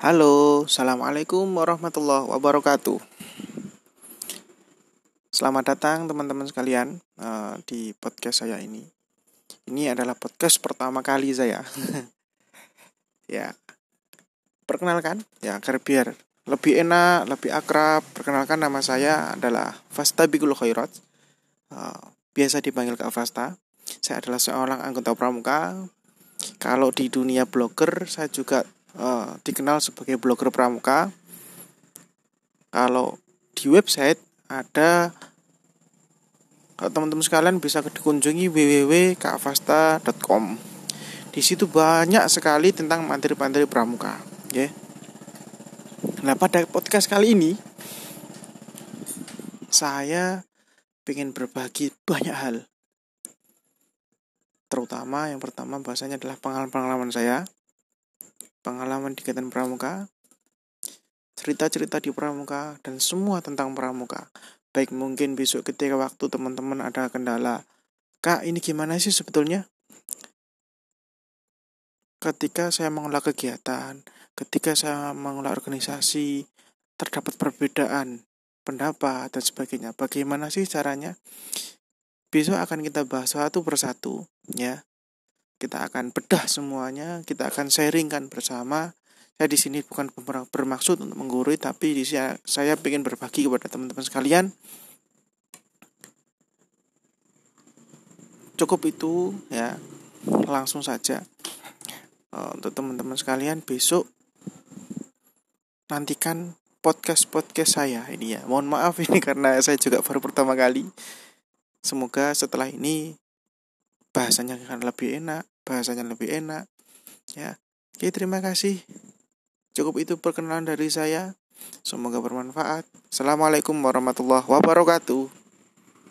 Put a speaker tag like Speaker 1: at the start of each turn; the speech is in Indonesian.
Speaker 1: Halo, Assalamualaikum warahmatullahi wabarakatuh. Selamat datang teman-teman sekalian di podcast saya ini. Ini adalah podcast pertama kali saya. Ya, perkenalkan ya agar biar lebih enak, lebih akrab. Perkenalkan, nama saya adalah Fastabikul Khairat. Biasa dipanggil Kak Fasta. Saya adalah seorang anggota pramuka. Kalau di dunia blogger, saya juga dikenal sebagai blogger pramuka. Kalau di website ada, kalau teman-teman sekalian bisa dikunjungi www.kakfasta.com. Di situ banyak sekali tentang materi-materi pramuka, ya. Nah, pada podcast kali ini saya ingin berbagi banyak hal. Terutama yang pertama bahasanya adalah pengalaman saya, pengalaman di kegiatan pramuka, cerita-cerita di pramuka, dan semua tentang pramuka. Baik mungkin besok ketika waktu teman-teman ada kendala, Kak, ini gimana sih sebetulnya? Ketika saya mengelola kegiatan, ketika saya mengelola organisasi, terdapat perbedaan pendapat dan sebagainya. Bagaimana sih caranya? Besok akan kita bahas satu persatu, ya. Kita akan bedah semuanya, kita akan sharingkan bersama. Saya di sini bukan bermaksud untuk menggurui, tapi di sini saya ingin berbagi kepada teman-teman sekalian. Cukup itu, ya. Langsung saja. Untuk teman-teman sekalian, besok nantikan podcast saya ini ya. Mohon maaf ini karena saya juga baru pertama kali. Semoga setelah ini bahasanya akan lebih enak ya. Oke, terima kasih. Cukup itu perkenalan dari saya. Semoga bermanfaat. Assalamualaikum warahmatullahi wabarakatuh.